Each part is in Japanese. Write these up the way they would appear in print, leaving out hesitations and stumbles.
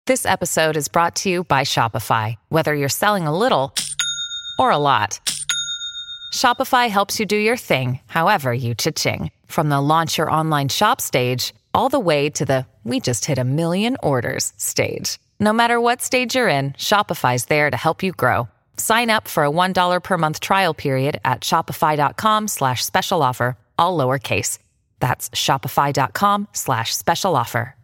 This episode is brought to you by Shopify. Whether you're selling a little or a lot, Shopify helps you do your thing, however you cha-ching. From the launch your online shop stage, all the way to the we just hit 1 million orders stage. No matter what stage you're in, Shopify's there to help you grow. Sign up for a $1 per month trial period at shopify.com/special offer, all lowercase. That's shopify.com/special offer.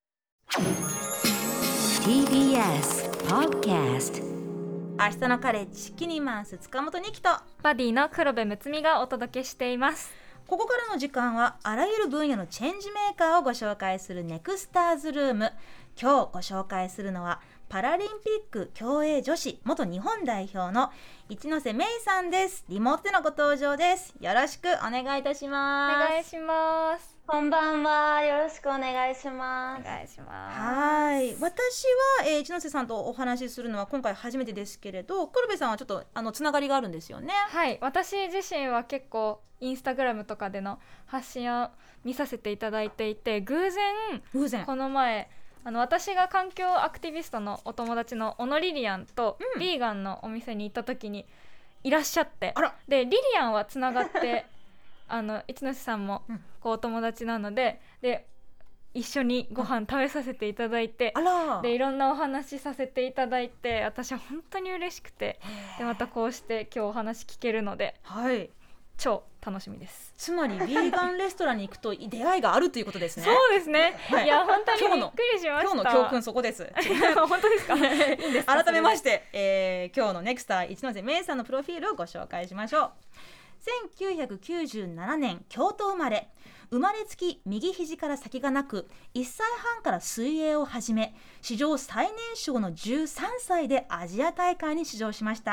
TBS Podcast。 明日のカレッジキニマンス塚本二希とバディの黒部睦美がお届けしています。 ここからの時間はあらゆる分野のチェンジメーカーをご紹介するネクスターズルーム。今日ご紹介するのはパラリンピック競泳女子元日本代表の一ノ瀬芽衣さんです。リモートでのご登場です。よろしくお願いいたします。 お願いします。 こんばんは。よろしくお願いします。 お願いします。 はい。私は、一ノ瀬さんとお話しするのは今回初めてですけれど、黒部さんはちょっとつながりがあるんですよね。 はい。私自身は結構インスタグラムとかでの発信を見させていただいていて、偶然この前私が環境アクティビストのお友達の小野リリアンとビーガンのお店に行った時にいらっしゃって、でリリアンはつながって一ノ瀬さんもこうお友達なので、一緒にご飯食べさせていただいて、でいろんなお話させていただいて、私は本当に嬉しくて、でまたこうして今日お話聞けるので、はい、超楽しみです。 つまりビーガンレストランに行くと出会いがあるということですね。 そうですね、はい、いや本当にびっくりしました。 今日の教訓そこです。 本当ですか？いいんですか？ 改めまして、今日のネクスター一ノ瀬芽衣さんのプロフィールをご紹介しましょう。1997年京都生まれつき右肘から先がなく、1歳半から水泳を始め、史上最年少の13歳でアジア大会に出場しました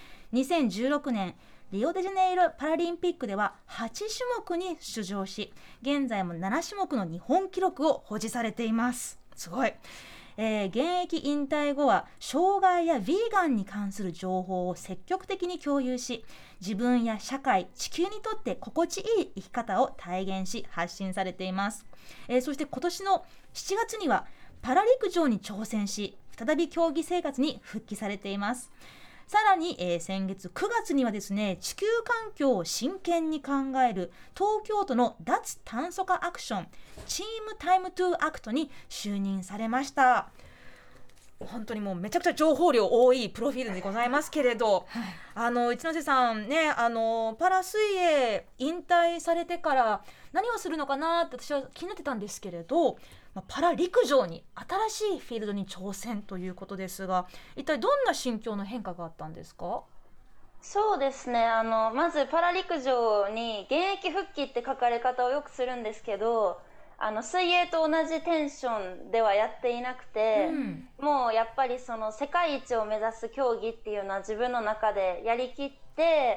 。2016年リオデジャネイロパラリンピックでは8種目に出場し、現在も7種目の日本記録を保持されています。すごい。現役引退後は障害やヴィーガンに関する情報を積極的に共有し、自分や社会、地球にとって心地いい生き方を体現し発信されています。そして今年の7月にはパラ陸上に挑戦し、再び競技生活に復帰されています。さらに、先月9月にはですね、地球環境を真剣に考える東京都の脱炭素化アクションチームタイムトゥーアクトに就任されました。本当にもうめちゃくちゃ情報量多いプロフィールでございますけれど、はい、一ノ瀬さんね、パラ水泳引退されてから何をするのかなって私は気になってたんですけれど、パラ陸上に新しいフィールドに挑戦ということですが、一体どんな心境の変化があったんですか？ そうですね、まずパラ陸上に現役復帰って書かれ方をよくするんですけど、水泳と同じテンションではやっていなくて、もうやっぱりその世界一を目指す競技っていうのは自分の中でやりきって、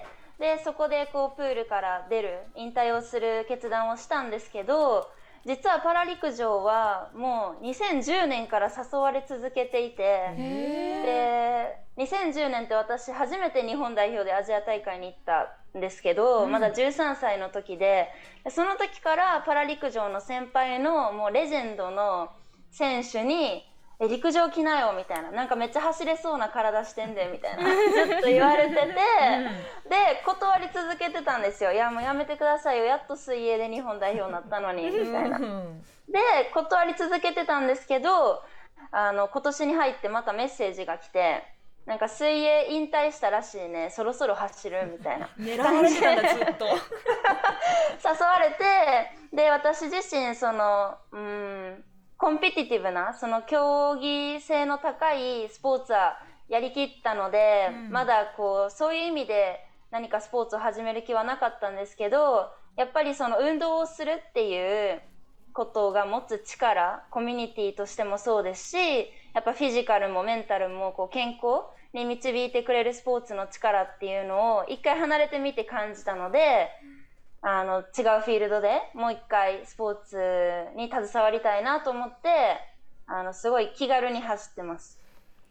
でそこでこうプールから出る引退をする決断をしたんですけど、実はパラ陸上はもう2010年から誘われ続けていて、で2010年って私初めて日本代表でアジア大会に行ったんですけど、まだ13歳の時で、その時からパラ陸上の先輩のもうレジェンドの選手に陸上来なよみたいな、なんかめっちゃ走れそうな体してんでみたいなずっと言われてて、で断り続けてたんですよ。いやもうやめてくださいよ、やっと水泳で日本代表になったのにみたいなで断り続けてたんですけど、今年に入ってまたメッセージが来て、なんか水泳引退したらしいね、そろそろ走るみたいな狙われてたんだずっと誘われて、で私自身そのコンペティティブなその競技性の高いスポーツはやりきったので、まだこうそういう意味で何かスポーツを始める気はなかったんですけど、やっぱりその運動をするっていうことが持つ力、コミュニティとしてもそうですし、やっぱフィジカルもメンタルもこう健康に導いてくれるスポーツの力っていうのを一回離れてみて感じたので、違うフィールドでもう一回スポーツに携わりたいなと思って、すごい気軽に走ってます。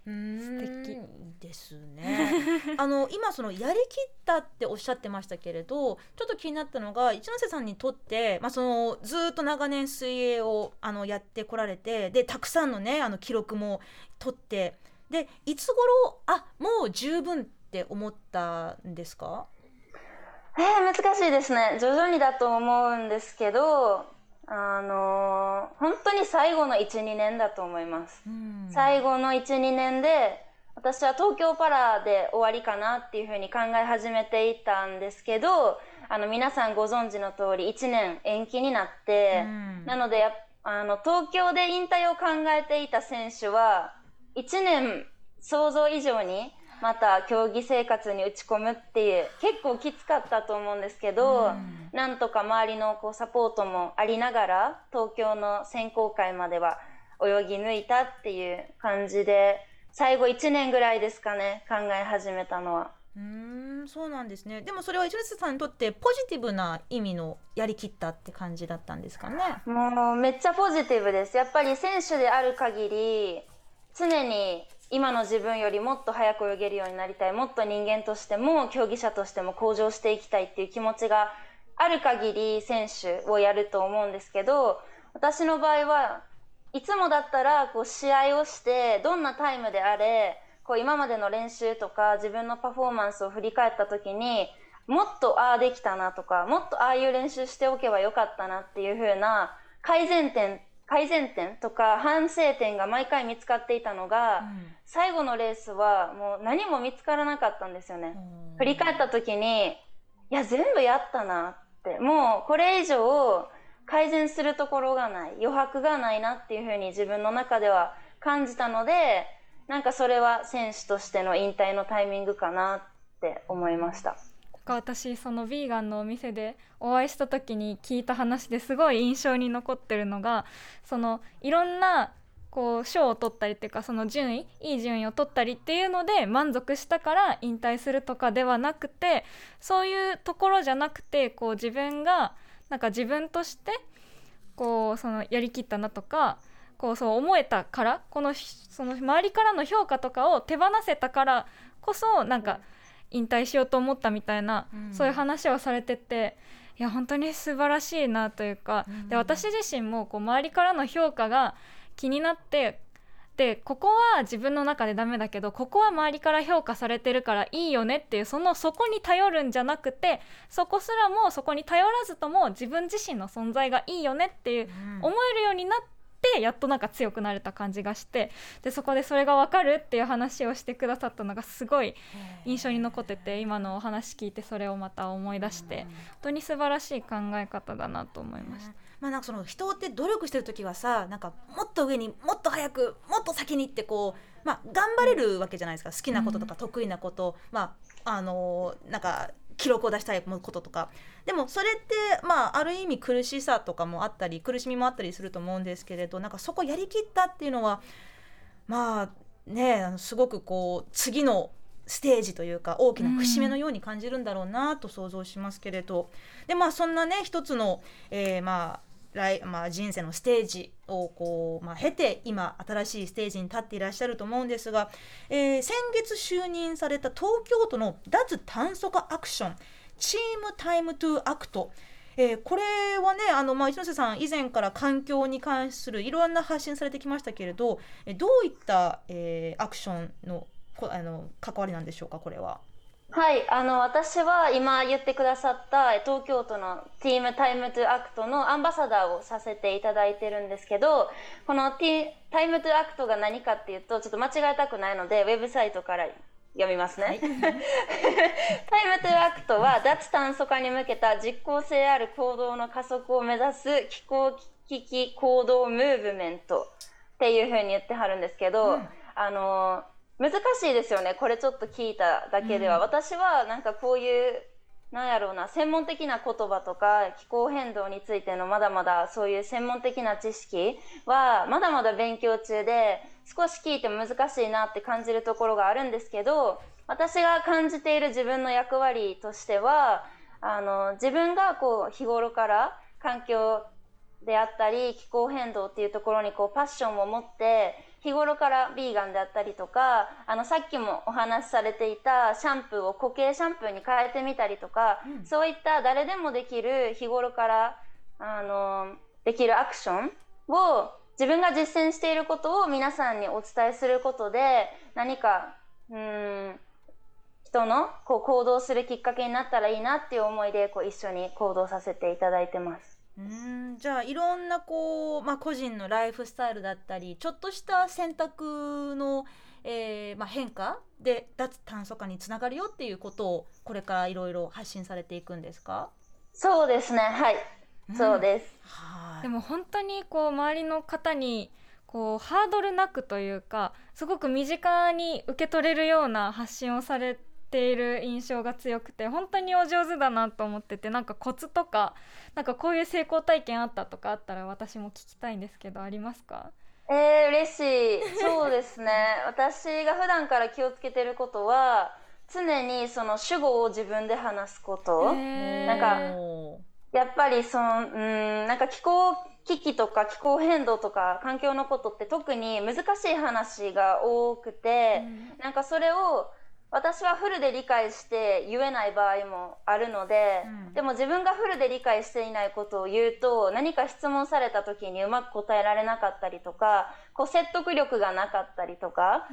素敵ですね。今そのやりきったっておっしゃってましたけれど、ちょっと気になったのが一ノ瀬さんにとって、そのずっと長年水泳をやってこられて、でたくさんのね記録も取って、でいつ頃もう十分って思ったんですか？ 難しいですね。徐々にだと思うんですけど、本当に最後の 1,2 年だと思います。最後の 1,2 年で私は東京パラで終わりかなっていうふうに考え始めていたんですけど、皆さんご存知の通り1年延期になって、なので東京で引退を考えていた選手は1年想像以上にまた競技生活に打ち込むっていう結構きつかったと思うんですけど、なんとか周りのサポートもありながら東京の選考会までは泳ぎ抜いたっていう感じで、最後1年ぐらいですかね、考え始めたのは。 そうなんですね。でもそれは一ノ瀬さんにとってポジティブな意味のやりきったって感じだったんですかね？ もうめっちゃポジティブです。やっぱり選手である限り常に今の自分よりもっと早く泳げるようになりたい、もっと人間としても競技者としても向上していきたいっていう気持ちがある限り選手をやると思うんですけど、私の場合はいつもだったら試合をしてどんなタイムであれ今までの練習とか自分のパフォーマンスを振り返った時に、もっとできたなとか、もっとああいう練習しておけばよかったなっていう風な改善点とか反省点が毎回見つかっていたのが、最後のレースはもう何も見つからなかったんですよね。振り返った時に、いや全部やったなって、もうこれ以上改善するところがない、余白がないなっていう風に自分の中では感じたので、なんかそれは選手としての引退のタイミングかなって思いました。 私そのヴィーガンのお店でお会いした時に聞いた話ですごい印象に残ってるのが、そのいろんな賞を取ったりっていうか、そのいい順位を取ったりっていうので満足したから引退するとかではなくて、そういうところじゃなくて自分がなんか自分としてそのやりきったなとかそう思えたから、その周りからの評価とかを手放せたからこそなんか引退しようと思ったみたいな、そういう話をされてて、いや本当に素晴らしいなというか、で私自身も周りからの評価が気になって、でここは自分の中でダメだけどここは周りから評価されてるからいいよねっていう、そこに頼るんじゃなくて、そこすらもそこに頼らずとも自分自身の存在がいいよねっていう思えるようになって、やっとなんか強くなれた感じがして、でそこでそれが分かるっていう話をしてくださったのがすごい印象に残ってて、今のお話聞いてそれをまた思い出して、本当に素晴らしい考え方だなと思いました。 なんかその人って努力してる時はさ、なんかもっと上にもっと早くもっと先にって頑張れるわけじゃないですか。好きなこととか得意なこと、なんか記録を出したいこととか。でもそれってある意味苦しさとかもあったり苦しみもあったりすると思うんですけれど、なんかそこやりきったっていうのはすごく次のステージというか大きな節目のように感じるんだろうなと想像しますけれど、でそんなね一つの、人生のステージを経て今新しいステージに立っていらっしゃると思うんですが、先月就任された東京都の脱炭素化アクションチームタイムトゥアクト、これはね一ノ瀬さん以前から環境に関するいろんな発信されてきましたけれど、どういった、アクションの関わりなんでしょうか、これは。 はい、私は今言ってくださった東京都のチームタイムトゥアクトのアンバサダーをさせていただいてるんですけど、このタイムトゥアクトが何かっていうと、ちょっと間違えたくないのでウェブサイトから読みますね、はい、タイムトゥアクトは脱炭素化に向けた実効性ある行動の加速を目指す気候危機行動ムーブメントっていう風に言ってはるんですけど、難しいですよね、これちょっと聞いただけでは。私はなんかこういう専門的な言葉とか気候変動についてのまだまだそういう専門的な知識はまだまだ勉強中で、少し聞いても難しいなって感じるところがあるんですけど、私が感じている自分の役割としては、自分が日頃から環境であったり気候変動っていうところにパッションを持って日頃からビーガンであったりとか、さっきもお話しされていたシャンプーを固形シャンプーに変えてみたりとか、そういった誰でもできる日頃からできるアクションを自分が実践していることを皆さんにお伝えすることで、何か人の行動するきっかけになったらいいなっていう思いで一緒に行動させていただいてます。 じゃあいろんな個人のライフスタイルだったりちょっとした選択の、変化で脱炭素化につながるよっていうことをこれからいろいろ発信されていくんですか？ そうですね、はい、そうです。 でも本当に周りの方にハードルなくというか、すごく身近に受け取れるような発信をされている印象が強くて、本当にお上手だなと思ってて、なんかコツとかこういう成功体験あったとかあったら私も聞きたいんですけど、ありますか？ 嬉しい。そうですね私が普段から気をつけてることは、常にその主語を自分で話すこと。なんかやっぱりなんか気候危機とか気候変動とか環境のことって特に難しい話が多くて、なんかそれを私はフルで理解して言えない場合もあるので、でも自分がフルで理解していないことを言うと、何か質問された時にうまく答えられなかったりとか、説得力がなかったりとか、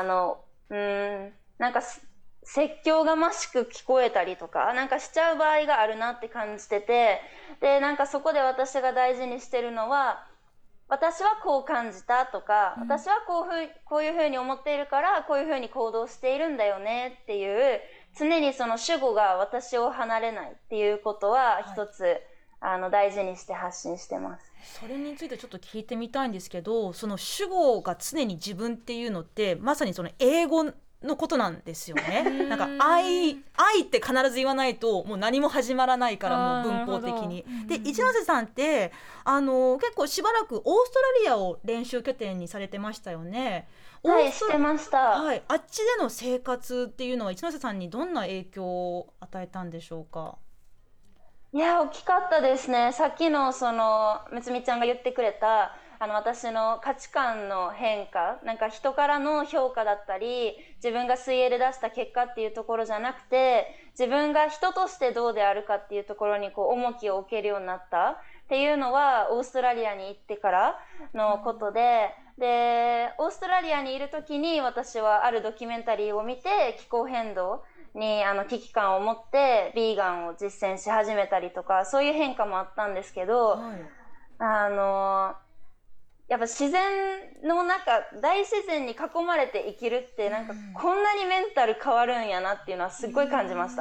なんか説教がましく聞こえたりとかなんかしちゃう場合があるなって感じてて、でなんかそこで私が大事にしてるのは、私はこう感じたとか、私はこういうふうに思っているからこういうふうに行動しているんだよねっていう、常にその主語が私を離れないっていうことは一つ、大事にして発信してます。 それについてちょっと聞いてみたいんですけど、その主語が常に自分っていうのってまさにその英語のことなんですよね。なんか愛って必ず言わないともう何も始まらないから、もう文法的に。で一ノ瀬さんって結構しばらくオーストラリアを練習拠点にされてましたよね。 はい、してました。 はい、あっちでの生活っていうのは一ノ瀬さんにどんな影響を与えたんでしょうか？ いや大きかったですね。さっきのむつみちゃんが言ってくれた私の価値観の変化、なんか人からの評価だったり自分が水泳で出した結果っていうところじゃなくて、自分が人としてどうであるかっていうところに重きを置けるようになったっていうのはオーストラリアに行ってからのことで、オーストラリアにいる時に私はあるドキュメンタリーを見て気候変動に危機感を持ってビーガンを実践し始めたりとか、そういう変化もあったんですけど、やっぱ自然の中、大自然に囲まれて生きるってなんかこんなにメンタル変わるんやなっていうのはすっごい感じました。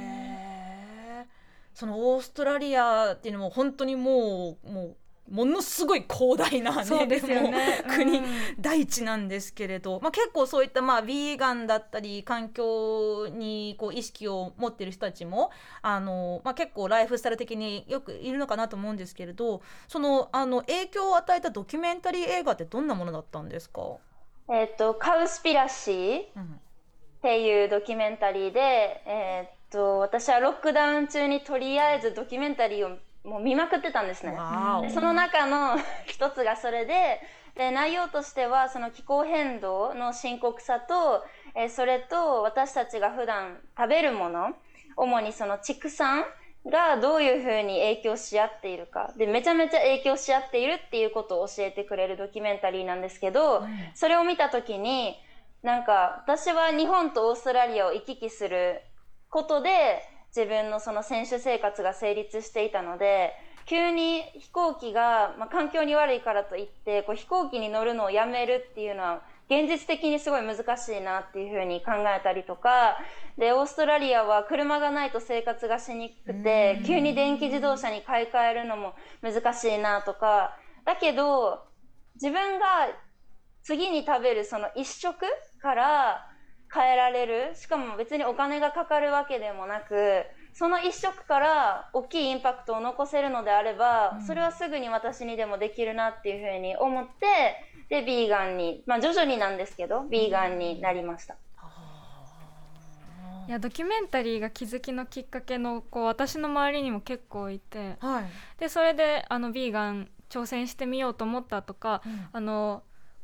そのオーストラリアっていうのも本当にものすごい広大な、ね、 そうですよね、 国、大地なんですけれど、結構そういったヴィーガンだったり環境に意識を持っている人たちも結構ライフスタイル的によくいるのかなと思うんですけれど、その影響を与えたドキュメンタリー映画ってどんなものだったんですか？ カウスピラシーっていうドキュメンタリーで、私はロックダウン中にとりあえずドキュメンタリーをもう見まくってたんですね。でその中の一つがそれで、内容としてはその気候変動の深刻さと、それと私たちが普段食べるもの、主にその畜産がどういうふうに影響し合っているかで、めちゃめちゃ影響し合っているっていうことを教えてくれるドキュメンタリーなんですけど、それを見た時になんか私は日本とオーストラリアを行き来することで自分のその選手生活が成立していたので、急に飛行機が、環境に悪いからといって飛行機に乗るのをやめるっていうのは現実的にすごい難しいなっていうふうに考えたりとかで、オーストラリアは車がないと生活がしにくくて急に電気自動車に買い替えるのも難しいなとか、だけど自分が次に食べるその一食から変えられる、しかも別にお金がかかるわけでもなく、その一食から大きいインパクトを残せるのであれば、それはすぐに私にでもできるなっていうふうに思って、でビーガンに、徐々になんですけどビーガンになりました。 いやドキュメンタリーが気づきのきっかけの私の周りにも結構いて、でそれでビーガン挑戦してみようと思ったとか、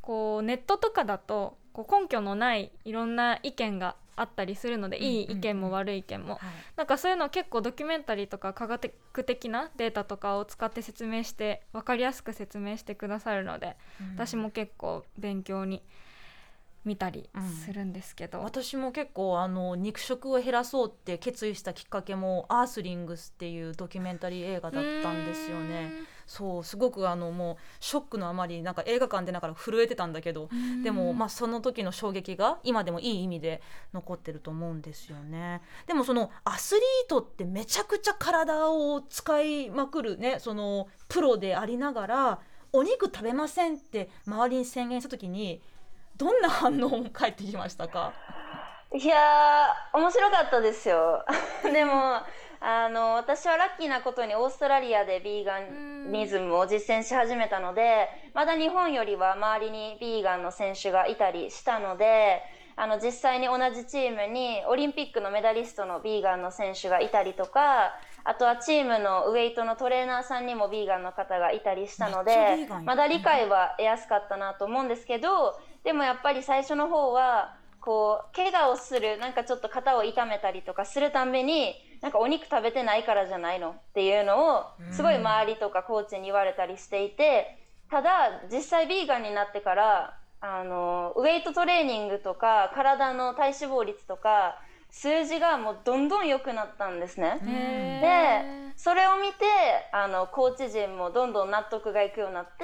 こうネットとかだとこう根拠のないいろんな意見があったりするので、いい意見も悪い意見も、なんかそういうのを結構ドキュメンタリーとか科学的なデータとかを使って説明して分かりやすく説明してくださるので、私も結構勉強に見たりするんですけど、 私も結構肉食を減らそうって決意したきっかけもアースリングスっていうドキュメンタリー映画だったんですよね。そうすごくもうショックのあまりなんか映画館でながら震えてたんだけど、でもその時の衝撃が今でもいい意味で残ってると思うんですよね。でもそのアスリートってめちゃくちゃ体を使いまくるね、そのプロでありながらお肉食べませんって周りに宣言した時にどんな反応も返ってきましたか？ いやー面白かったですよでも私はラッキーなことにオーストラリアでビーガニズムを実践し始めたので、まだ日本よりは周りにビーガンの選手がいたりしたので、実際に同じチームにオリンピックのメダリストのビーガンの選手がいたりとか、あとはチームのウェイトのトレーナーさんにもビーガンの方がいたりしたので、まだ理解は得やすかったなと思うんですけど、でもやっぱり最初の方はこう怪我をする、なんかちょっと肩を痛めたりとかするたんびに、なんかお肉食べてないからじゃないのっていうのをすごい周りとかコーチに言われたりしていて、ただ実際ビーガンになってからウェイトトレーニングとか体の体脂肪率とか数字がもうどんどん良くなったんですね。でそれを見てコーチ陣もどんどん納得がいくようになって、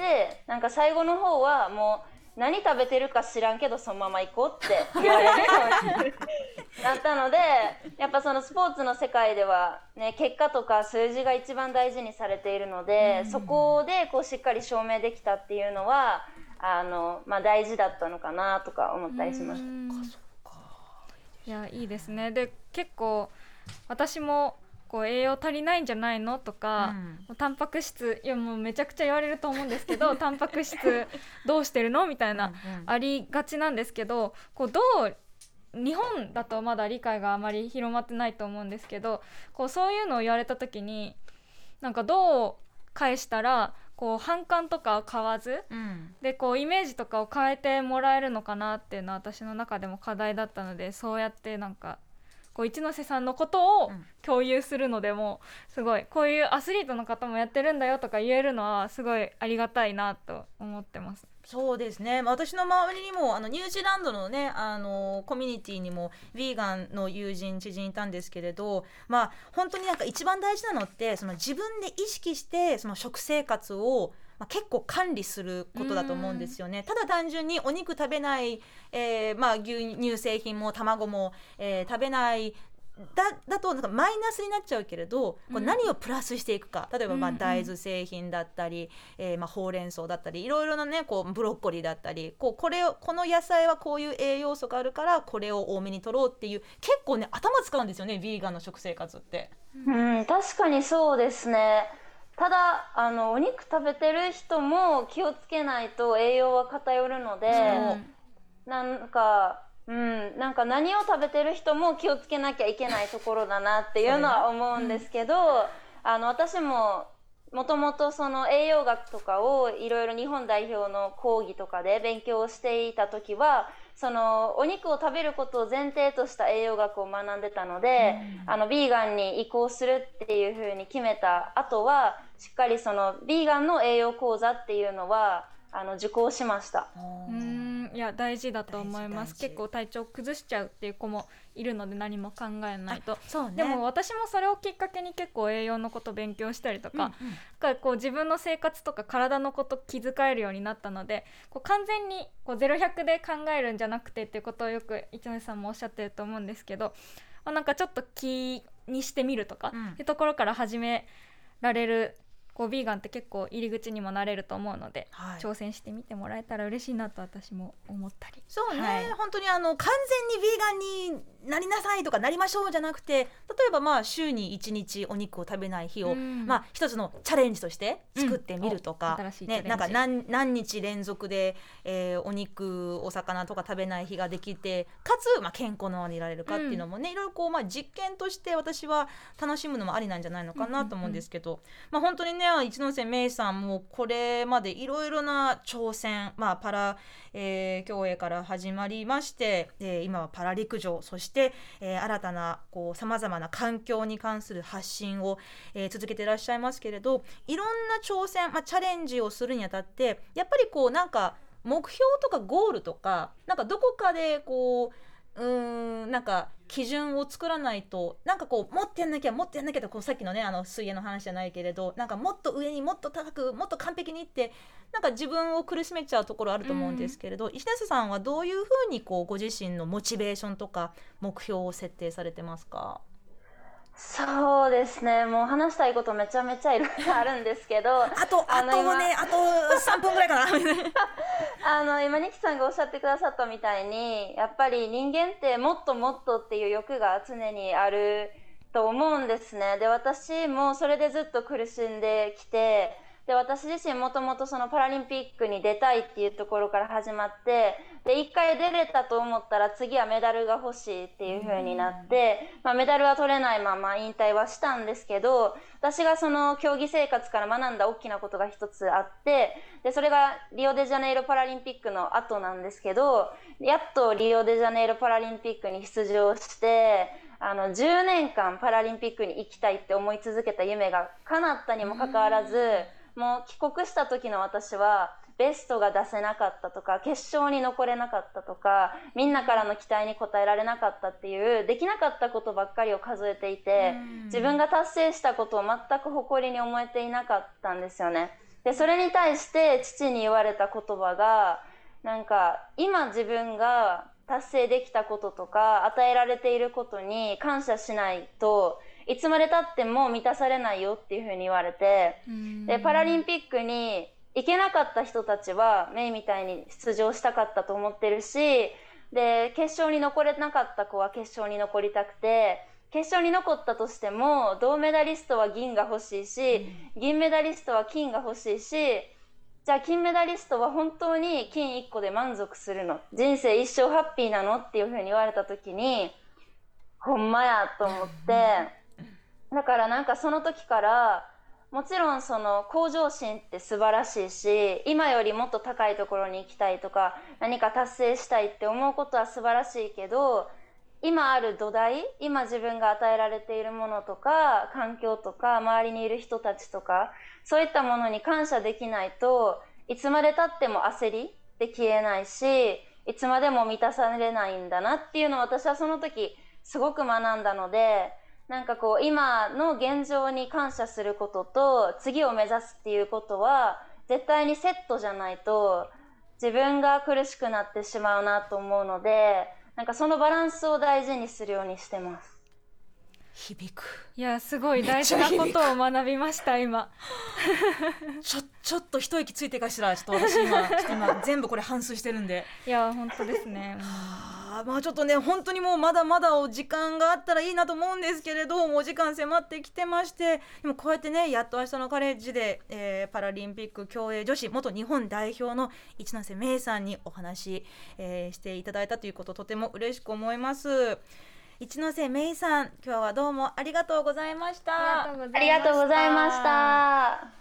なんか最後の方はもう何食べてるか知らんけどそのまま行こうって言われるようになったので、やっぱそのスポーツの世界では、ね、結果とか数字が一番大事にされているので、そこでこうしっかり証明できたっていうのは大事だったのかなとか思ったりしました。 いやいいですね。で結構私もこう栄養足りないんじゃないのとか、タンパク質、いやもうめちゃくちゃ言われると思うんですけどタンパク質どうしてるのみたいなありがちなんですけど、こう日本だとまだ理解があまり広まってないと思うんですけど、こうそういうのを言われた時になんかどう返したらこう反感とかを買わず、でこうイメージとかを変えてもらえるのかなっていうのは私の中でも課題だったので、そうやってなんかこう一ノ瀬さんのことを共有するのでもすごいこういうアスリートの方もやってるんだよとか言えるのはすごいありがたいなと思ってます。 そうですね、私の周りにもニュージーランドのねコミュニティにもヴィーガンの友人知人いたんですけれど、本当になんか一番大事なのってその自分で意識してその食生活を結構管理することだと思うんですよね。ただ単純にお肉食べない、牛乳製品も卵も、食べないだとなんかマイナスになっちゃうけれど、これ何をプラスしていくか、例えば大豆製品だったり、ほうれん草だったりいろいろなねこうブロッコリーだったりこの野菜はこういう栄養素があるからこれを多めに取ろうっていう、結構ね頭使うんですよねヴィーガンの食生活って。 確かにそうですね。ただお肉食べてる人も気をつけないと栄養は偏るので、なんか何を食べてる人も気をつけなきゃいけないところだなっていうのは思うんですけど、私ももともとその栄養学とかをいろいろ日本代表の講義とかで勉強していた時は、そのお肉を食べることを前提とした栄養学を学んでたので、ビーガンに移行するっていう風に決めた後はしっかりそのビーガンの栄養講座っていうのは受講しました。 いや大事だと思います。結構体調崩しちゃうっていう子もいるので何も考えないと、でも私もそれをきっかけに結構栄養のこと勉強したりとか、こう自分の生活とか体のこと気遣えるようになったので、こう完全にこう0-100で考えるんじゃなくてっていうことをよく一ノ瀬さんもおっしゃってると思うんですけど、なんかちょっと気にしてみるとか、っていうところから始められるこうビーガンって結構入り口にもなれると思うので、挑戦してみてもらえたら嬉しいなと私も思ったり。 そうね、本当に完全にビーガンになりなさいとかなりましょうじゃなくて、例えば週に1日お肉を食べない日を、一つのチャレンジとして作ってみるとか、なんか何日連続で、お肉お魚とか食べない日ができて、かつ、健康のままにいられるかっていうのもね、いろいろこう、実験として私は楽しむのもありなんじゃないのかなと思うんですけど、本当にね一ノ瀬芽衣さんもこれまでいろいろな挑戦、パラ、競泳から始まりまして、今はパラ陸上、そして、新たなさまざまな環境に関する発信を、続けていらっしゃいますけれど、いろんな挑戦、チャレンジをするにあたってやっぱりなんか目標とかゴールとか、なんかどこかでなんか基準を作らないと、なんかもっとやんなきゃと、さっきのね水泳の話じゃないけれど、なんかもっと上にもっと高くもっと完璧にってなんか自分を苦しめちゃうところあると思うんですけれど、石田さんはどういうふうにご自身のモチベーションとか目標を設定されてますか？ そうですね、もう話したいことめちゃめちゃいろいろあるんですけどあと3分ぐらいかな今ニキさんがおっしゃってくださったみたいに、やっぱり人間ってもっともっとっていう欲が常にあると思うんですね。で、私もそれでずっと苦しんできて、で、私自身もともとそのパラリンピックに出たいっていうところから始まって、で、一回出れたと思ったら次はメダルが欲しいっていう風になって、メダルは取れないまま引退はしたんですけど、私がその競技生活から学んだ大きなことが一つあって、で、それがリオデジャネイロパラリンピックの後なんですけど、やっとリオデジャネイロパラリンピックに出場して、10年間パラリンピックに行きたいって思い続けた夢が叶ったにもかかわらず、もう帰国した時の私はベストが出せなかったとか、決勝に残れなかったとか、みんなからの期待に応えられなかったっていうできなかったことばっかりを数えていて、自分が達成したことを全く誇りに思えていなかったんですよね。で、それに対して父に言われた言葉が、なんか今自分が達成できたこととか与えられていることに感謝しないといつまで経っても満たされないよっていう風に言われて、で、パラリンピックに行けなかった人たちはメイみたいに出場したかったと思ってるし、で、決勝に残れなかった子は決勝に残りたくて、決勝に残ったとしても銅メダリストは銀が欲しいし、銀メダリストは金が欲しいし、じゃあ金メダリストは本当に金1個で満足するの？人生一生ハッピーなの？っていう風に言われた時に、ほんまやと思って、だからなんかその時からもちろんその向上心って素晴らしいし、今よりもっと高いところに行きたいとか何か達成したいって思うことは素晴らしいけど、今ある土台、今自分が与えられているものとか環境とか周りにいる人たちとか、そういったものに感謝できないといつまで経っても焦りって消えないし、いつまでも満たされないんだなっていうのを私はその時すごく学んだので、なんか今の現状に感謝することと次を目指すっていうことは絶対にセットじゃないと自分が苦しくなってしまうなと思うので、なんかそのバランスを大事にするようにしてます。 響く。 いや、すごい大事なことを学びました今ちょっと一息ついてかしら。ちょっと私今全部これ反芻してるんで、 いや本当ですね、 ちょっとね本当にもうまだまだお時間があったらいいなと思うんですけれども、お時間迫ってきてまして、でもこうやってねやっと明日のカレッジで、パラリンピック競泳女子元日本代表の一ノ瀬芽衣さんにお話、していただいたということ、とても嬉しく思います。一ノ瀬芽衣さん、今日はどうもありがとうございました。 ありがとうございました。